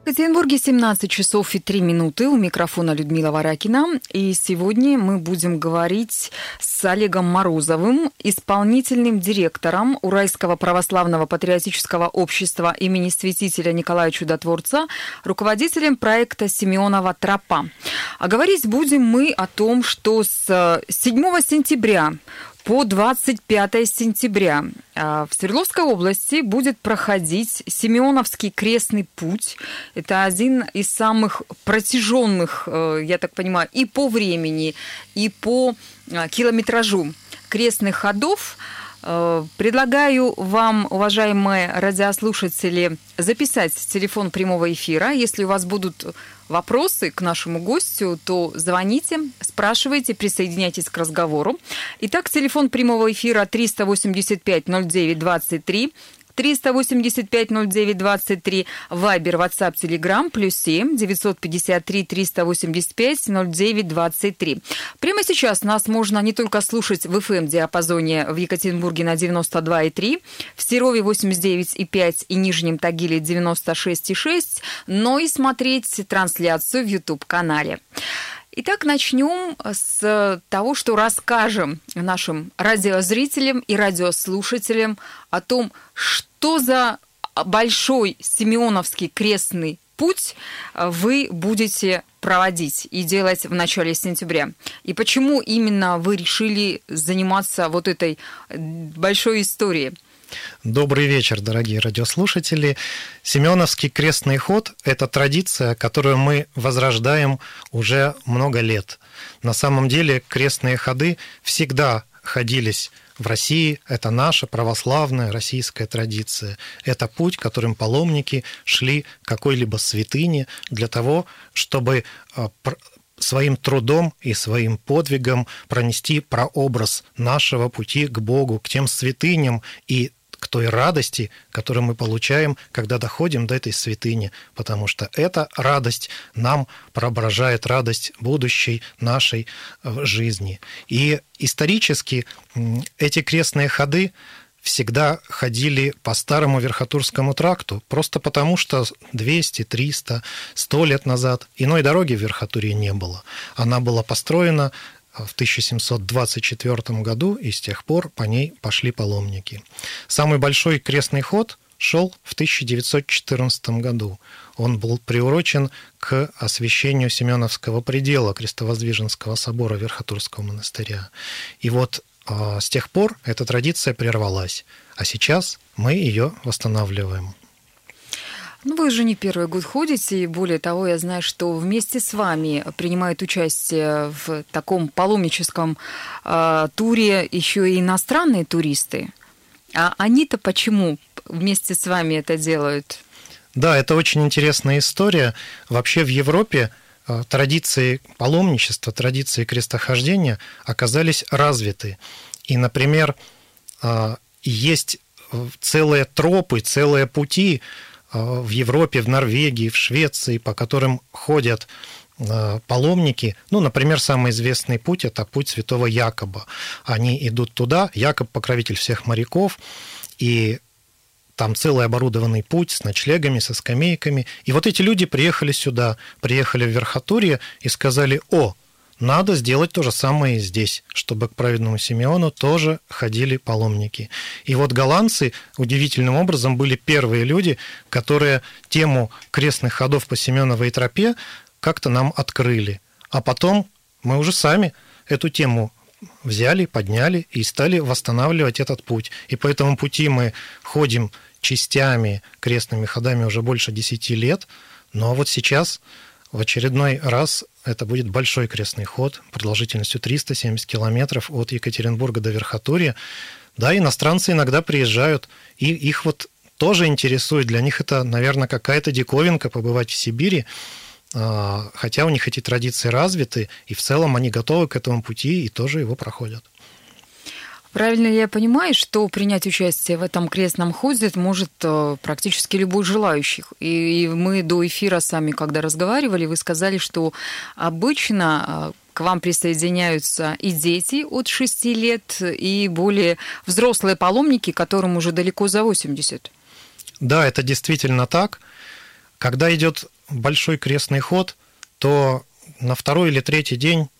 В Екатеринбурге 17 часов и 3 минуты. У микрофона Людмила Варакина. И сегодня мы будем говорить с Олегом Морозовым, исполнительным директором Уральского православного патриотического общества имени святителя Николая Чудотворца, руководителем проекта «Симеонова тропа». А говорить будем мы о том, что с 7 сентября по 25 сентября в Свердловской области будет проходить Симеоновский крестный путь. Это один из самых протяженных, я так понимаю, и по времени, и по километражу крестных ходов. Предлагаю вам, уважаемые радиослушатели, записать телефон прямого эфира. Если у вас будут вопросы к нашему гостю, то звоните, спрашивайте, присоединяйтесь к разговору. Итак, телефон прямого эфира 385-09-23, 385-09-23, Вайбер, Ватсап, Телеграм, +7 953 385 09-23. Прямо сейчас нас можно не только слушать в FM-диапазоне в Екатеринбурге на 92,3, в Серове 89,5 и Нижнем Тагиле 96,6, но и смотреть трансляцию в YouTube-канале. Итак, начнем с того, что расскажем нашим радиозрителям и радиослушателям о том, что за большой Симеоновский крестный путь вы будете проводить и делать в начале сентября. И почему именно вы решили заниматься вот этой большой историей? Добрый вечер, дорогие радиослушатели. Симеоновский крестный ход – это традиция, которую мы возрождаем уже много лет. На самом деле крестные ходы всегда ходились в России. Это наша православная российская традиция. Это путь, которым паломники шли к какой-либо святыне для того, чтобы своим трудом и своим подвигом пронести прообраз нашего пути к Богу, к тем святыням и к той радости, которую мы получаем, когда доходим до этой святыни, потому что эта радость нам проображает радость будущей нашей жизни. И исторически эти крестные ходы всегда ходили по старому Верхотурскому тракту, просто потому что 200, 300, 100 лет назад иной дороги в Верхотурье не было. Она была построена в 1724 году, и с тех пор по ней пошли паломники. Самый большой крестный ход шел в 1914 году. Он был приурочен к освящению Семеновского предела Крестовоздвиженского собора Верхотурского монастыря. И вот с тех пор эта традиция прервалась, а сейчас мы ее восстанавливаем. Ну, вы же не первый год ходите, и более того, я знаю, что вместе с вами принимают участие в таком паломническом туре еще и иностранные туристы. А они-то почему вместе с вами это делают? Да, это очень интересная история. Вообще в Европе традиции паломничества, традиции крестохождения оказались развиты. И, например, есть целые тропы, целые пути в Европе, в Норвегии, в Швеции, по которым ходят паломники. Ну, например, самый известный путь – это путь святого Якоба. Они идут туда, Якоб – покровитель всех моряков, и там целый оборудованный путь с ночлегами, со скамейками. И вот эти люди приехали сюда, приехали в Верхотурье и сказали: «О, надо сделать то же самое и здесь, чтобы к праведному Симеону тоже ходили паломники». И вот голландцы удивительным образом были первые люди, которые тему крестных ходов по Симеоновой тропе как-то нам открыли. А потом мы уже сами эту тему взяли, подняли и стали восстанавливать этот путь. И по этому пути мы ходим частями, крестными ходами уже больше 10 лет, но вот сейчас в очередной раз это будет большой крестный ход продолжительностью 370 километров от Екатеринбурга до Верхотурья. Да, иностранцы иногда приезжают, и их вот тоже интересует. Для них это, наверное, какая-то диковинка побывать в Сибири, хотя у них эти традиции развиты, и в целом они готовы к этому пути и тоже его проходят. Правильно ли я понимаю, что принять участие в этом крестном ходе может практически любой желающий? И мы до эфира сами, когда разговаривали, вы сказали, что обычно к вам присоединяются и дети от 6 лет, и более взрослые паломники, которым уже далеко за 80. Да, это действительно так. Когда идет большой крестный ход, то на второй или третий день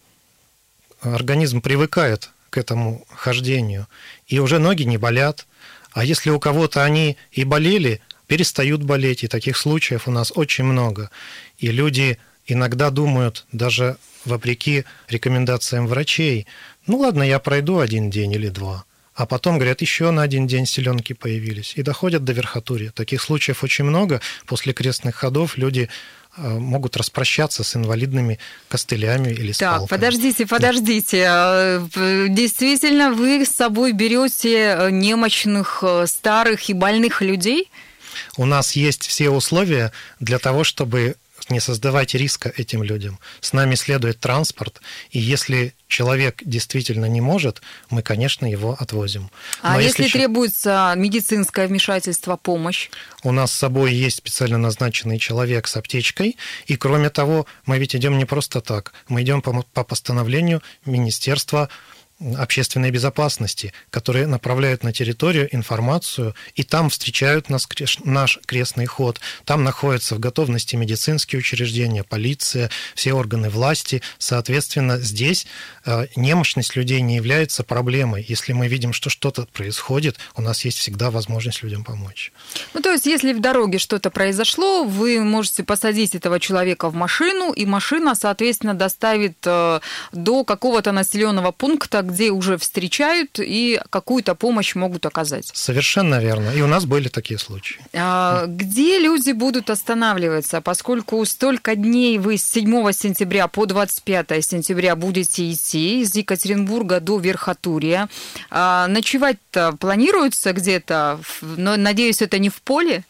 организм привыкает к этому хождению, и уже ноги не болят. А если у кого-то они и болели, перестают болеть, и таких случаев у нас очень много. И люди иногда думают, даже вопреки рекомендациям врачей, ну ладно, я пройду 1 день или 2, а потом, говорят, еще на 1 день селенки появились, и доходят до верхотурья. Таких случаев очень много. После крестных ходов люди могут распрощаться с инвалидными костылями или с палками. Так, подождите. Действительно, вы с собой берете немощных, старых и больных людей? У нас есть все условия для того, чтобы не создавать риска этим людям. С нами следует транспорт, и если человек действительно не может, мы, конечно, его отвозим. А если требуется медицинское вмешательство, помощь? У нас с собой есть специально назначенный человек с аптечкой, и кроме того, мы ведь идем не просто так, мы идем по постановлению Министерства общественной безопасности, которые направляют на территорию информацию, и там встречают наш крестный ход. Там находятся в готовности медицинские учреждения, полиция, все органы власти. Соответственно, здесь немощность людей не является проблемой. Если мы видим, что что-то происходит, у нас есть всегда возможность людям помочь. Ну, то есть, если в дороге что-то произошло, вы можете посадить этого человека в машину, и машина, соответственно, доставит до какого-то населенного пункта, где уже встречают и какую-то помощь могут оказать. Совершенно верно. И у нас были такие случаи. Где люди будут останавливаться? Поскольку столько дней вы с 7 сентября по 25 сентября будете идти из Екатеринбурга до Верхотурья. Ночевать-то планируется где-то? Но, надеюсь, это не в поле?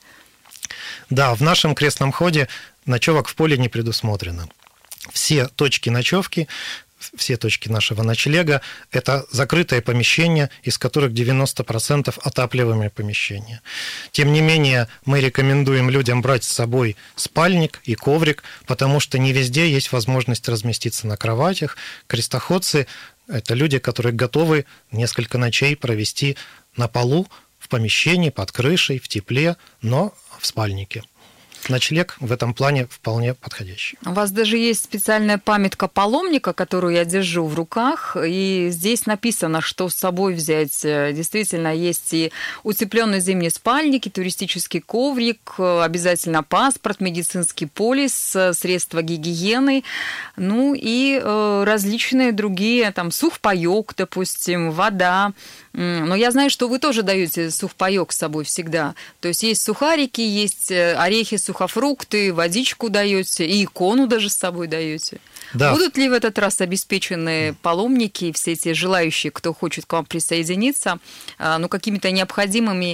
Да, в нашем крестном ходе ночевок в поле не предусмотрено. Все точки ночевки, все точки нашего ночлега – это закрытое помещение, из которых 90% отапливаемые помещения. Тем не менее, мы рекомендуем людям брать с собой спальник и коврик, потому что не везде есть возможность разместиться на кроватях. Крестоходцы – это люди, которые готовы несколько ночей провести на полу, в помещении, под крышей, в тепле, но в спальнике. Ночлег в этом плане вполне подходящий. У вас даже есть специальная памятка паломника, которую я держу в руках, и здесь написано, что с собой взять. Действительно, есть и утепленный зимний спальник, и туристический коврик, обязательно паспорт, медицинский полис, средства гигиены, ну и различные другие, там, сухпайок, допустим, вода. Но я знаю, что вы тоже даете сухпайок с собой всегда. То есть есть сухарики, есть орехи, сухофрукты, водичку даете, и икону даже с собой даете. Да. Будут ли в этот раз обеспечены паломники, все эти желающие, кто хочет к вам присоединиться, какими-то необходимыми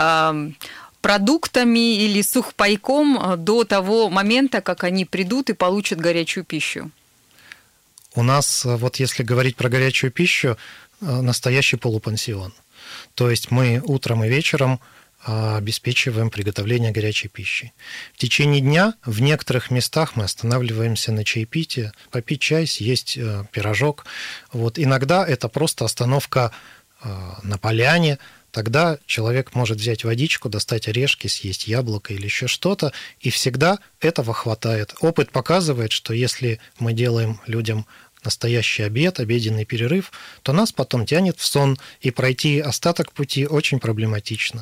продуктами или сухпайком до того момента, как они придут и получат горячую пищу? У нас, вот если говорить про горячую пищу, настоящий полупансион. То есть мы утром и вечером обеспечиваем приготовление горячей пищи. В течение дня в некоторых местах мы останавливаемся на чаепитие, попить чай, съесть пирожок. Вот. Иногда это просто остановка на поляне. Тогда человек может взять водичку, достать орешки, съесть яблоко или еще что-то, и всегда этого хватает. Опыт показывает, что если мы делаем людям настоящий обед, обеденный перерыв, то нас потом тянет в сон, и пройти остаток пути очень проблематично.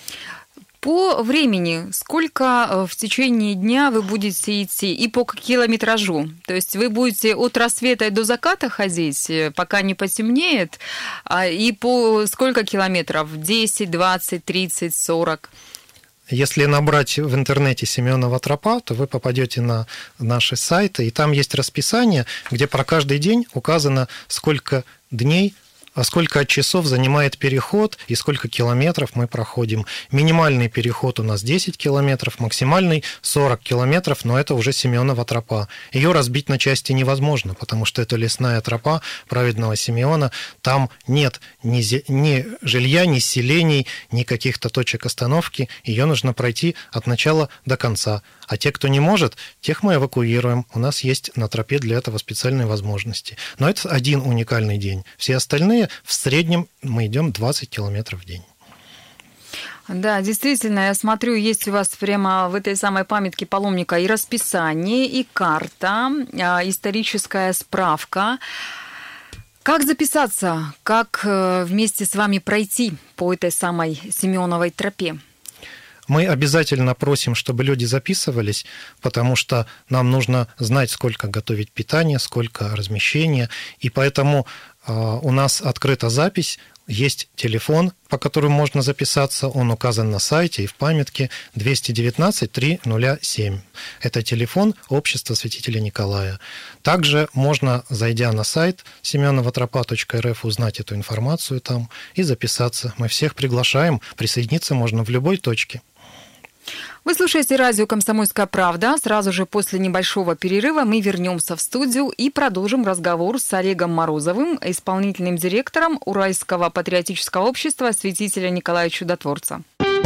По времени, сколько в течение дня вы будете идти и по километражу? То есть вы будете от рассвета до заката ходить, пока не потемнеет, и по сколько километров? 10, 20, 30, 40? Если набрать в интернете Симеонова тропа, то вы попадете на наши сайты, и там есть расписание, где про каждый день указано, сколько дней, сколько часов занимает переход и сколько километров мы проходим. Минимальный переход у нас 10 километров, максимальный 40 километров, но это уже Симеонова тропа. Ее разбить на части невозможно, потому что это лесная тропа праведного Симеона. Там нет ни жилья, ни селений, ни каких-то точек остановки. Ее нужно пройти от начала до конца. А те, кто не может, тех мы эвакуируем. У нас есть на тропе для этого специальные возможности. Но это один уникальный день. Все остальные в среднем мы идем 20 километров в день. Да, действительно, я смотрю, есть у вас прямо в этой самой памятке паломника и расписание, и карта, историческая справка. Как записаться, как вместе с вами пройти по этой самой Симеоновой тропе? Мы обязательно просим, чтобы люди записывались, потому что нам нужно знать, сколько готовить питание, сколько размещения, и поэтому у нас открыта запись, есть телефон, по которому можно записаться, он указан на сайте и в памятке 219-307. Это телефон Общества святителя Николая. Также можно, зайдя на сайт semenovotроpa.рф, узнать эту информацию там и записаться. Мы всех приглашаем, присоединиться можно в любой точке. Вы слушаете радио «Комсомольская правда». Сразу же после небольшого перерыва мы вернемся в студию и продолжим разговор с Олегом Морозовым, исполнительным директором Уральского патриотического общества святителя Николая Чудотворца.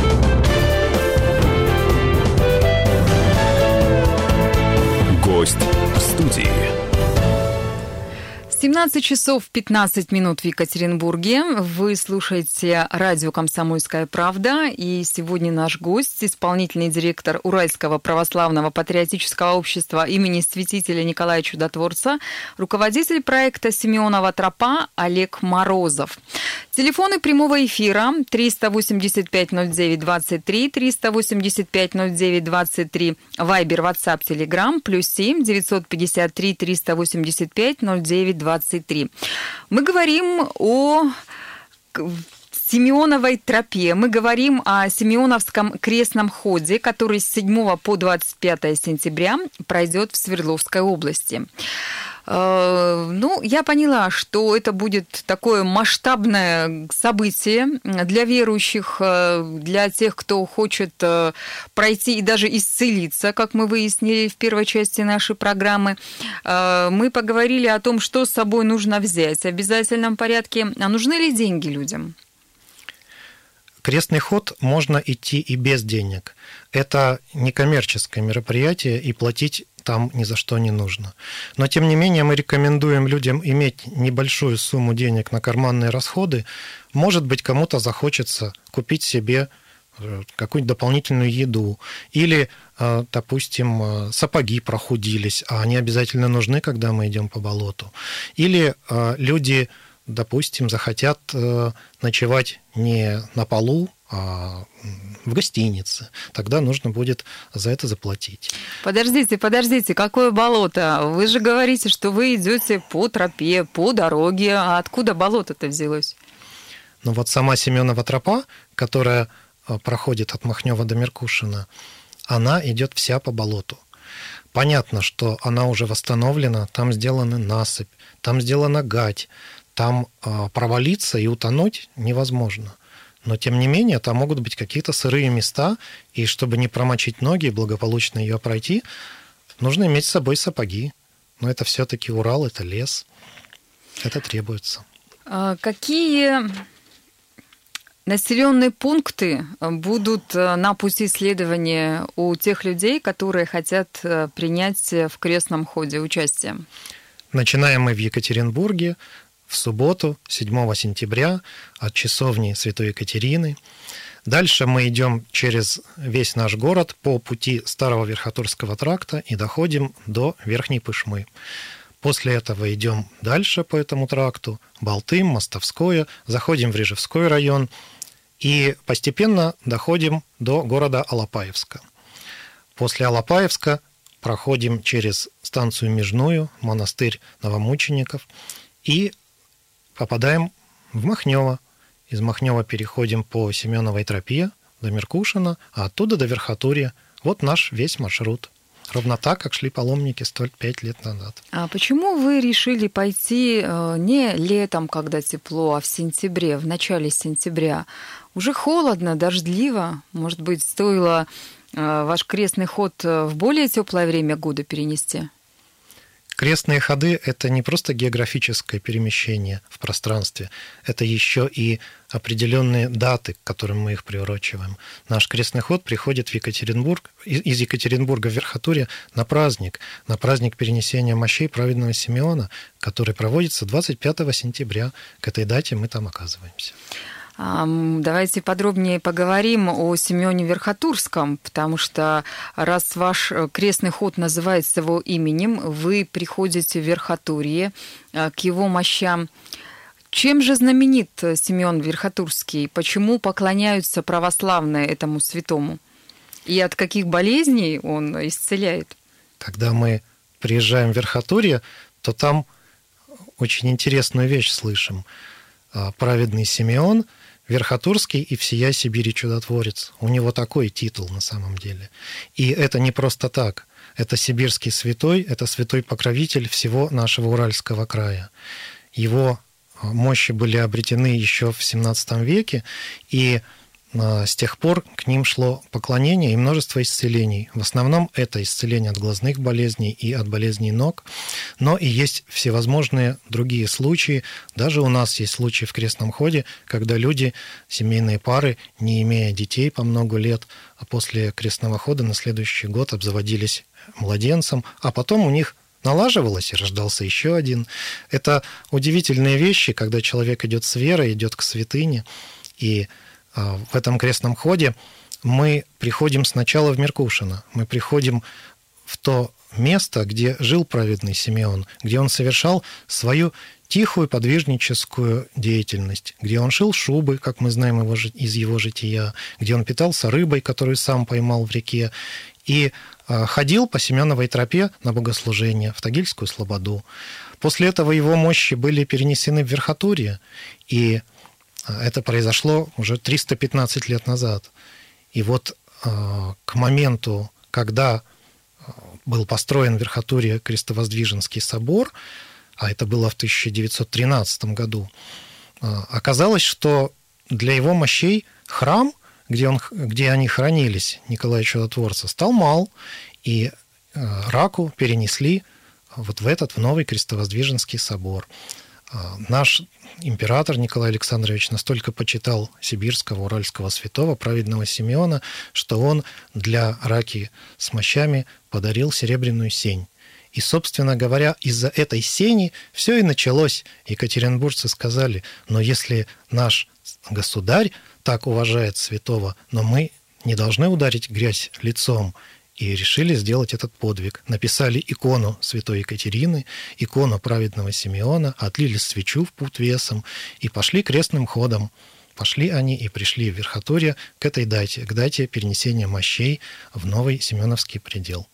Гость в студии. 17 часов 15 минут в Екатеринбурге. Вы слушаете радио «Комсомольская правда». И сегодня наш гость, исполнительный директор Уральского православного патриотического общества имени святителя Николая Чудотворца, руководитель проекта «Симеонова тропа» Олег Морозов. Телефоны прямого эфира 385-09-23, 385-09-23, Вайбер, Ватсап, Телеграм, +7 953 385 09-23. Мы говорим о Симеоновой тропе. Мы говорим о Симеоновском крестном ходе, который с 7 по 25 сентября пройдет в Свердловской области. Я поняла, что это будет такое масштабное событие для верующих, для тех, кто хочет пройти и даже исцелиться, как мы выяснили в первой части нашей программы. Мы поговорили о том, что с собой нужно взять в обязательном порядке. А нужны ли деньги людям? Крестный ход можно идти и без денег. Это некоммерческое мероприятие, и платить там ни за что не нужно. Но, тем не менее, мы рекомендуем людям иметь небольшую сумму денег на карманные расходы. Может быть, кому-то захочется купить себе какую-нибудь дополнительную еду. Или, допустим, сапоги прохудились, а они обязательно нужны, когда мы идем по болоту. Или люди, допустим, захотят ночевать не на полу, а в гостинице. Тогда нужно будет за это заплатить. Подождите, какое болото? Вы же говорите, что вы идете по тропе, по дороге. А откуда болото-то взялось? Ну вот сама Симеонова тропа, которая проходит от Махнева до Меркушина, она идет вся по болоту. Понятно, что она уже восстановлена, там сделана насыпь, там сделана гать, там провалиться и утонуть невозможно. Но, тем не менее, там могут быть какие-то сырые места, и чтобы не промочить ноги и благополучно ее пройти, нужно иметь с собой сапоги. Но это все-таки Урал, это лес. Это требуется. Какие населенные пункты будут на пути следования у тех людей, которые хотят принять в крестном ходе участие? Начинаем мы в Екатеринбурге. В субботу, 7 сентября, от часовни Святой Екатерины. Дальше мы идем через весь наш город по пути Старого Верхотурского тракта и доходим до Верхней Пышмы. После этого идем дальше по этому тракту, Балтым, Мостовское, заходим в Рижевской район и постепенно доходим до города Алапаевска. После Алапаевска проходим через станцию Межную, монастырь новомучеников и попадаем в Махнево. Из Махнева переходим по Семеновой тропе до Меркушина, а оттуда до Верхотурья. Вот наш весь маршрут. Ровно так, как шли паломники 105 лет назад. А почему вы решили пойти не летом, когда тепло, а в сентябре, в начале сентября? Уже холодно, дождливо. Может быть, стоило ваш крестный ход в более теплое время года перенести? Крестные ходы – это не просто географическое перемещение в пространстве, это еще и определенные даты, к которым мы их приурочиваем. Наш крестный ход приходит в Екатеринбург, из Екатеринбурга в Верхотурье на праздник перенесения мощей праведного Симеона, который проводится 25 сентября. К этой дате мы там оказываемся. Давайте подробнее поговорим о Симеоне Верхотурском, потому что раз ваш крестный ход называется его именем, вы приходите в Верхотурье к его мощам. Чем же знаменит Симеон Верхотурский? Почему поклоняются православные этому святому? И от каких болезней он исцеляет? Когда мы приезжаем в Верхотурье, то там очень интересную вещь слышим. Праведный Симеон Верхотурский и всея Сибири чудотворец. У него такой титул на самом деле. И это не просто так. Это сибирский святой, это святой покровитель всего нашего Уральского края. Его мощи были обретены еще в XVII веке, и с тех пор к ним шло поклонение и множество исцелений. В основном это исцеление от глазных болезней и от болезней ног, но и есть всевозможные другие случаи. Даже у нас есть случаи в крестном ходе, когда люди, семейные пары, не имея детей по много лет, а после крестного хода на следующий год обзаводились младенцем, а потом у них налаживалось, и рождался еще один. Это удивительные вещи, когда человек идет с верой, идет к святыне, и в этом крестном ходе мы приходим сначала в Меркушино, мы приходим в то место, где жил праведный Симеон, где он совершал свою тихую подвижническую деятельность, где он шил шубы, как мы знаем из его жития, где он питался рыбой, которую сам поймал в реке, и ходил по Семеновой тропе на богослужение в Тагильскую слободу. После этого его мощи были перенесены в Верхотурье, и это произошло уже 315 лет назад. И вот к моменту, когда был построен в Верхотурье Крестовоздвиженский собор, а это было в 1913 году, оказалось, что для его мощей храм, где они хранились, Николая Чудотворца, стал мал, и раку перенесли вот в новый Крестовоздвиженский собор. Наш император Николай Александрович настолько почитал сибирского, уральского святого, праведного Симеона, что он для раки с мощами подарил серебряную сень. И, собственно говоря, из-за этой сени все и началось. Екатеринбуржцы сказали: но если наш государь так уважает святого, но мы не должны ударить грязь лицом. И решили сделать этот подвиг. Написали икону святой Екатерины, икону праведного Симеона, отлили свечу в пуд весом и пошли крестным ходом. Пошли они и пришли в Верхотурье к этой дате, к дате перенесения мощей в новый Семеновский предел.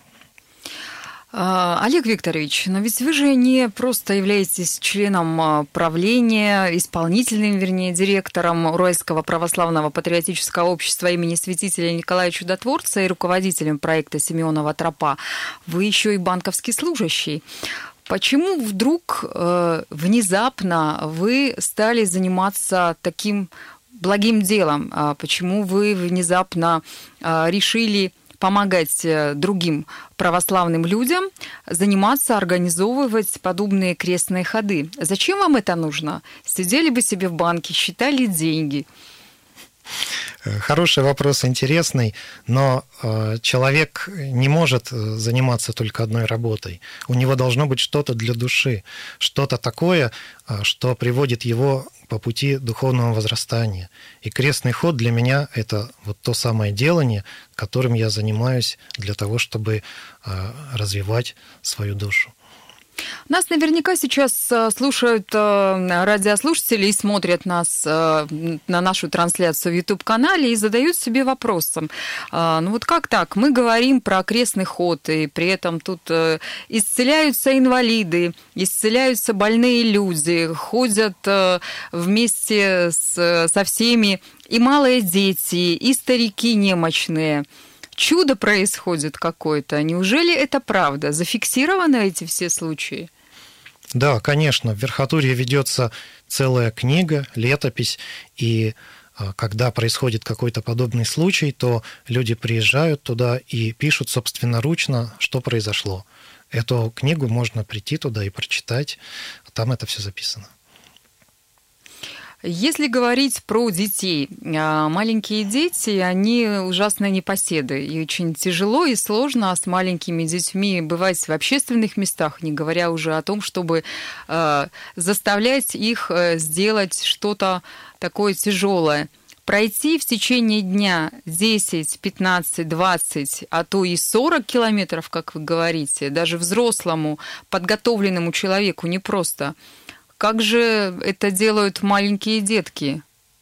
Олег Викторович, но ведь вы же не просто являетесь членом правления, исполнительным, директором Уральского православного патриотического общества имени святителя Николая Чудотворца и руководителем проекта «Симеонова тропа». Вы еще и банковский служащий. Почему вдруг внезапно вы стали заниматься таким благим делом? Почему вы внезапно решили помогать другим православным людям заниматься, организовывать подобные крестные ходы? Зачем вам это нужно? Сидели бы себе в банке, считали деньги. Хороший вопрос, интересный, но человек не может заниматься только одной работой. У него должно быть что-то для души, что-то такое, что приводит его по пути духовного возрастания. И крестный ход для меня – это вот то самое делание, которым я занимаюсь для того, чтобы развивать свою душу. Нас наверняка сейчас слушают радиослушатели и смотрят нас на нашу трансляцию в YouTube-канале и задают себе вопросом. Ну вот как так? Мы говорим про крестный ход, и при этом тут исцеляются инвалиды, исцеляются больные люди, ходят вместе со всеми и малые дети, и старики немощные. Чудо происходит какое-то. Неужели это правда? Зафиксированы эти все случаи? Да, конечно. В Верхотурье ведется целая книга, летопись, и когда происходит какой-то подобный случай, то люди приезжают туда и пишут собственноручно, что произошло. Эту книгу можно прийти туда и прочитать, там это все записано. Если говорить про детей, маленькие дети, они ужасные непоседы. И очень тяжело и сложно с маленькими детьми бывать в общественных местах, не говоря уже о том, чтобы заставлять их сделать что-то такое тяжелое. Пройти в течение дня 10, 15, 20, а то и 40 километров, как вы говорите, даже взрослому, подготовленному человеку непросто. Как же это делают маленькие детки?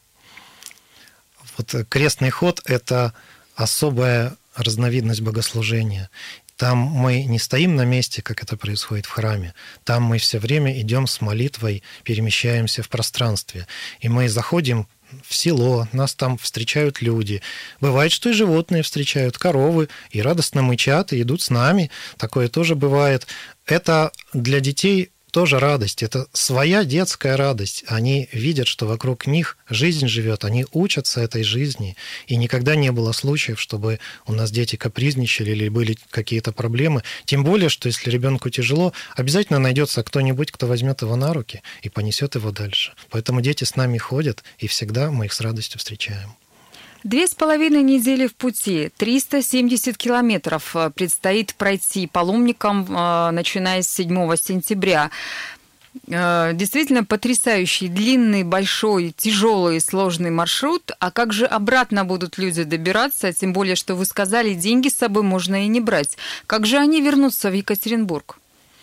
Вот крестный ход – это особая разновидность богослужения. Там мы не стоим на месте, как это происходит в храме. Там мы все время идем с молитвой, перемещаемся в пространстве. И мы заходим в село, нас там встречают люди. Бывает, что и животные встречают, коровы, и радостно мычат, и идут с нами. Такое тоже бывает. Это для детей тоже радость, это своя детская радость. Они видят, что вокруг них жизнь живет, они учатся этой жизни. И никогда не было случаев, чтобы у нас дети капризничали или были какие-то проблемы. Тем более, что если ребенку тяжело, обязательно найдется кто-нибудь, кто возьмет его на руки и понесет его дальше. Поэтому дети с нами ходят, и всегда мы их с радостью встречаем. 2,5 недели в пути, 370 километров предстоит пройти паломникам, начиная с 7 сентября. Действительно потрясающий, длинный, большой, тяжелый, сложный маршрут. А как же обратно будут люди добираться? Тем более, что вы сказали, деньги с собой можно и не брать. Как же они вернутся в Екатеринбург?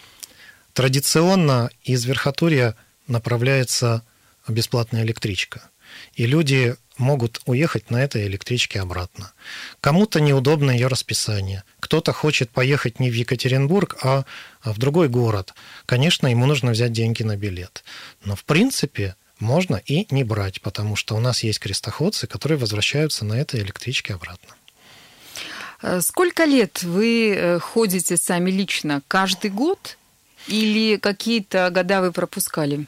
Традиционно из Верхотурья направляется бесплатная электричка. И люди могут уехать на этой электричке обратно. Кому-то неудобно ее расписание. Кто-то хочет поехать не в Екатеринбург, а в другой город. Конечно, ему нужно взять деньги на билет. Но, в принципе, можно и не брать, потому что у нас есть крестоходцы, которые возвращаются на этой электричке обратно. Сколько лет вы ходите сами лично? Каждый год? Или какие-то года вы пропускали?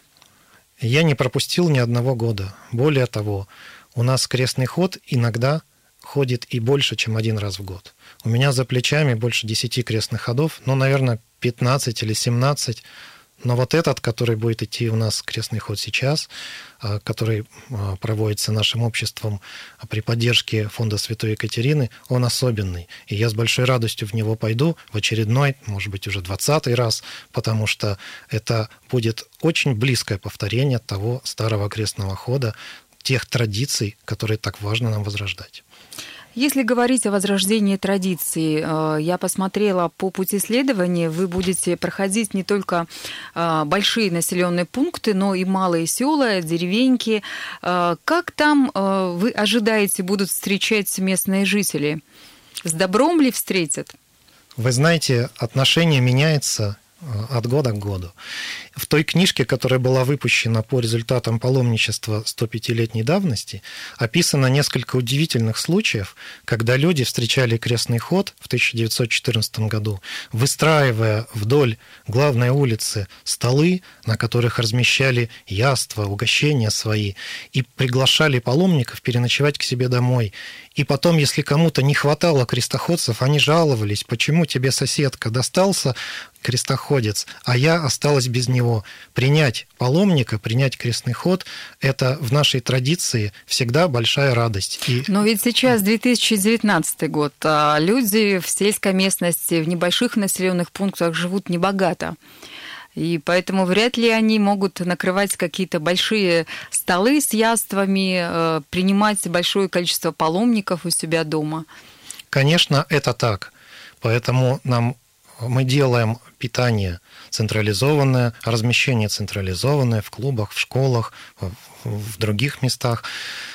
Я не пропустил ни одного года. Более того, у нас крестный ход иногда ходит и больше, чем один раз в год. У меня за плечами больше 10 крестных ходов, наверное, 15 или 17. Но вот этот, который будет идти у нас крестный ход сейчас, который проводится нашим обществом при поддержке фонда Святой Екатерины, он особенный. И я с большой радостью в него пойду в очередной, может быть, уже 20-й раз, потому что это будет очень близкое повторение того старого крестного хода, тех традиций, которые так важно нам возрождать. Если говорить о возрождении традиций, я посмотрела по пути следования, вы будете проходить не только большие населенные пункты, но и малые села, деревеньки. Как там вы ожидаете будут встречать местные жители? С добром ли встретят? Вы знаете, отношение меняется от года к году. В той книжке, которая была выпущена по результатам паломничества 105-летней давности, описано несколько удивительных случаев, когда люди встречали крестный ход в 1914 году, выстраивая вдоль главной улицы столы, на которых размещали яства, угощения свои, и приглашали паломников переночевать к себе домой. И потом, если кому-то не хватало крестоходцев, они жаловались, почему тебе, соседка, достался крестоходец, а я осталась без него. Принять паломника, принять крестный ход – это в нашей традиции всегда большая радость. Но ведь сейчас 2019 год, а люди в сельской местности, в небольших населенных пунктах живут небогато. И поэтому вряд ли они могут накрывать какие-то большие столы с яствами, принимать большое количество паломников у себя дома. Конечно, это так. Поэтому мы делаем питание централизованное, размещение централизованное в клубах, в школах, в других местах.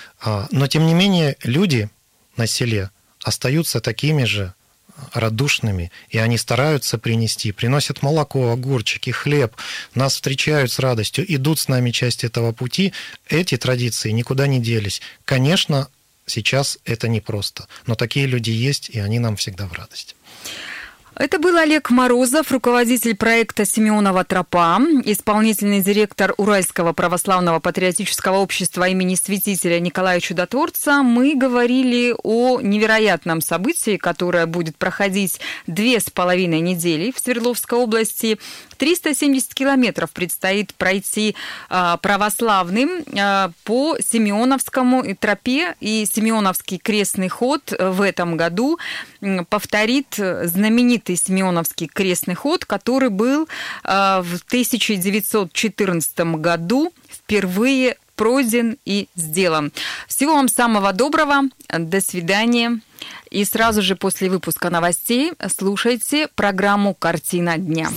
Но, тем не менее, люди на селе остаются такими же радушными, и они стараются приносят молоко, огурчики, хлеб, нас встречают с радостью, идут с нами часть этого пути. Эти традиции никуда не делись. Конечно, сейчас это непросто, но такие люди есть, и они нам всегда в радость. Это был Олег Морозов, руководитель проекта «Симеонова тропа», исполнительный директор Уральского православного патриотического общества имени святителя Николая Чудотворца. Мы говорили о невероятном событии, которое будет проходить 2,5 недели в Свердловской области. 370 километров предстоит пройти православным по Симеоновскому тропе, и Симеоновский крестный ход в этом году повторит знаменитый Симеоновский крестный ход, который был в 1914 году впервые пройден и сделан. Всего вам самого доброго, до свидания. И сразу же после выпуска новостей слушайте программу «Картина дня».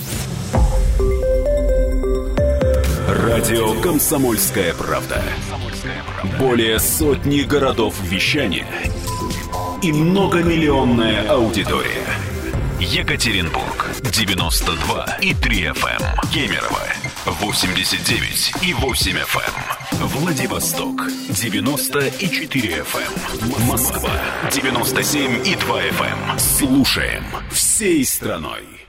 Радио «Комсомольская правда». Более сотни городов вещания и многомиллионная аудитория. Екатеринбург 92,3 FM, Кемерово 89,8 FM, Владивосток 90,4 FM, Москва 97,2 FM. Слушаем всей страной.